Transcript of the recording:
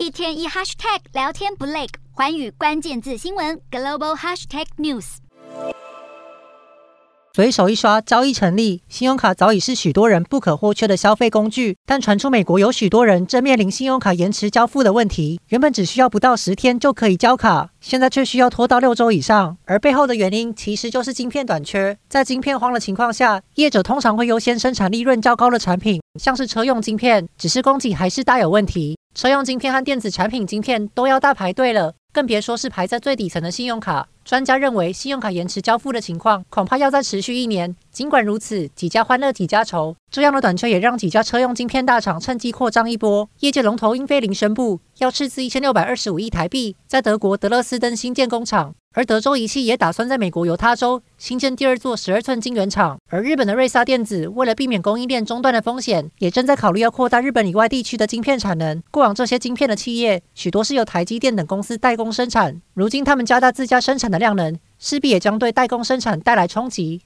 一天一 hashtag 聊天不累，寰宇关键字新闻 global hashtag news。 随手一刷，交易成立。信用卡早已是许多人不可或缺的消费工具，但传出美国有许多人正面临信用卡延迟交付的问题。原本只需要不到10天就可以交卡，现在却需要拖到6周以上。而背后的原因其实就是晶片短缺。在晶片荒的情况下，业者通常会优先生产利润较高的产品，像是车用晶片，只是供给还是大有问题。车用晶片和电子产品晶片都要大排队了，更别说是排在最底层的信用卡。专家认为，信用卡延迟交付的情况恐怕要再持续1年。尽管如此，几家欢乐几家愁，这样的短缺也让几家车用晶片大厂趁机扩张一波。业界龙头英飞凌宣布要斥资1625亿台币，在德国德勒斯登新建工厂。而德州仪器也打算在美国犹他州新建第2座12寸晶圆厂，而日本的瑞萨电子为了避免供应链中断的风险，也正在考虑要扩大日本以外地区的晶片产能。过往这些晶片的企业，许多是由台积电等公司代工生产，如今他们加大自家生产的量能，势必也将对代工生产带来冲击。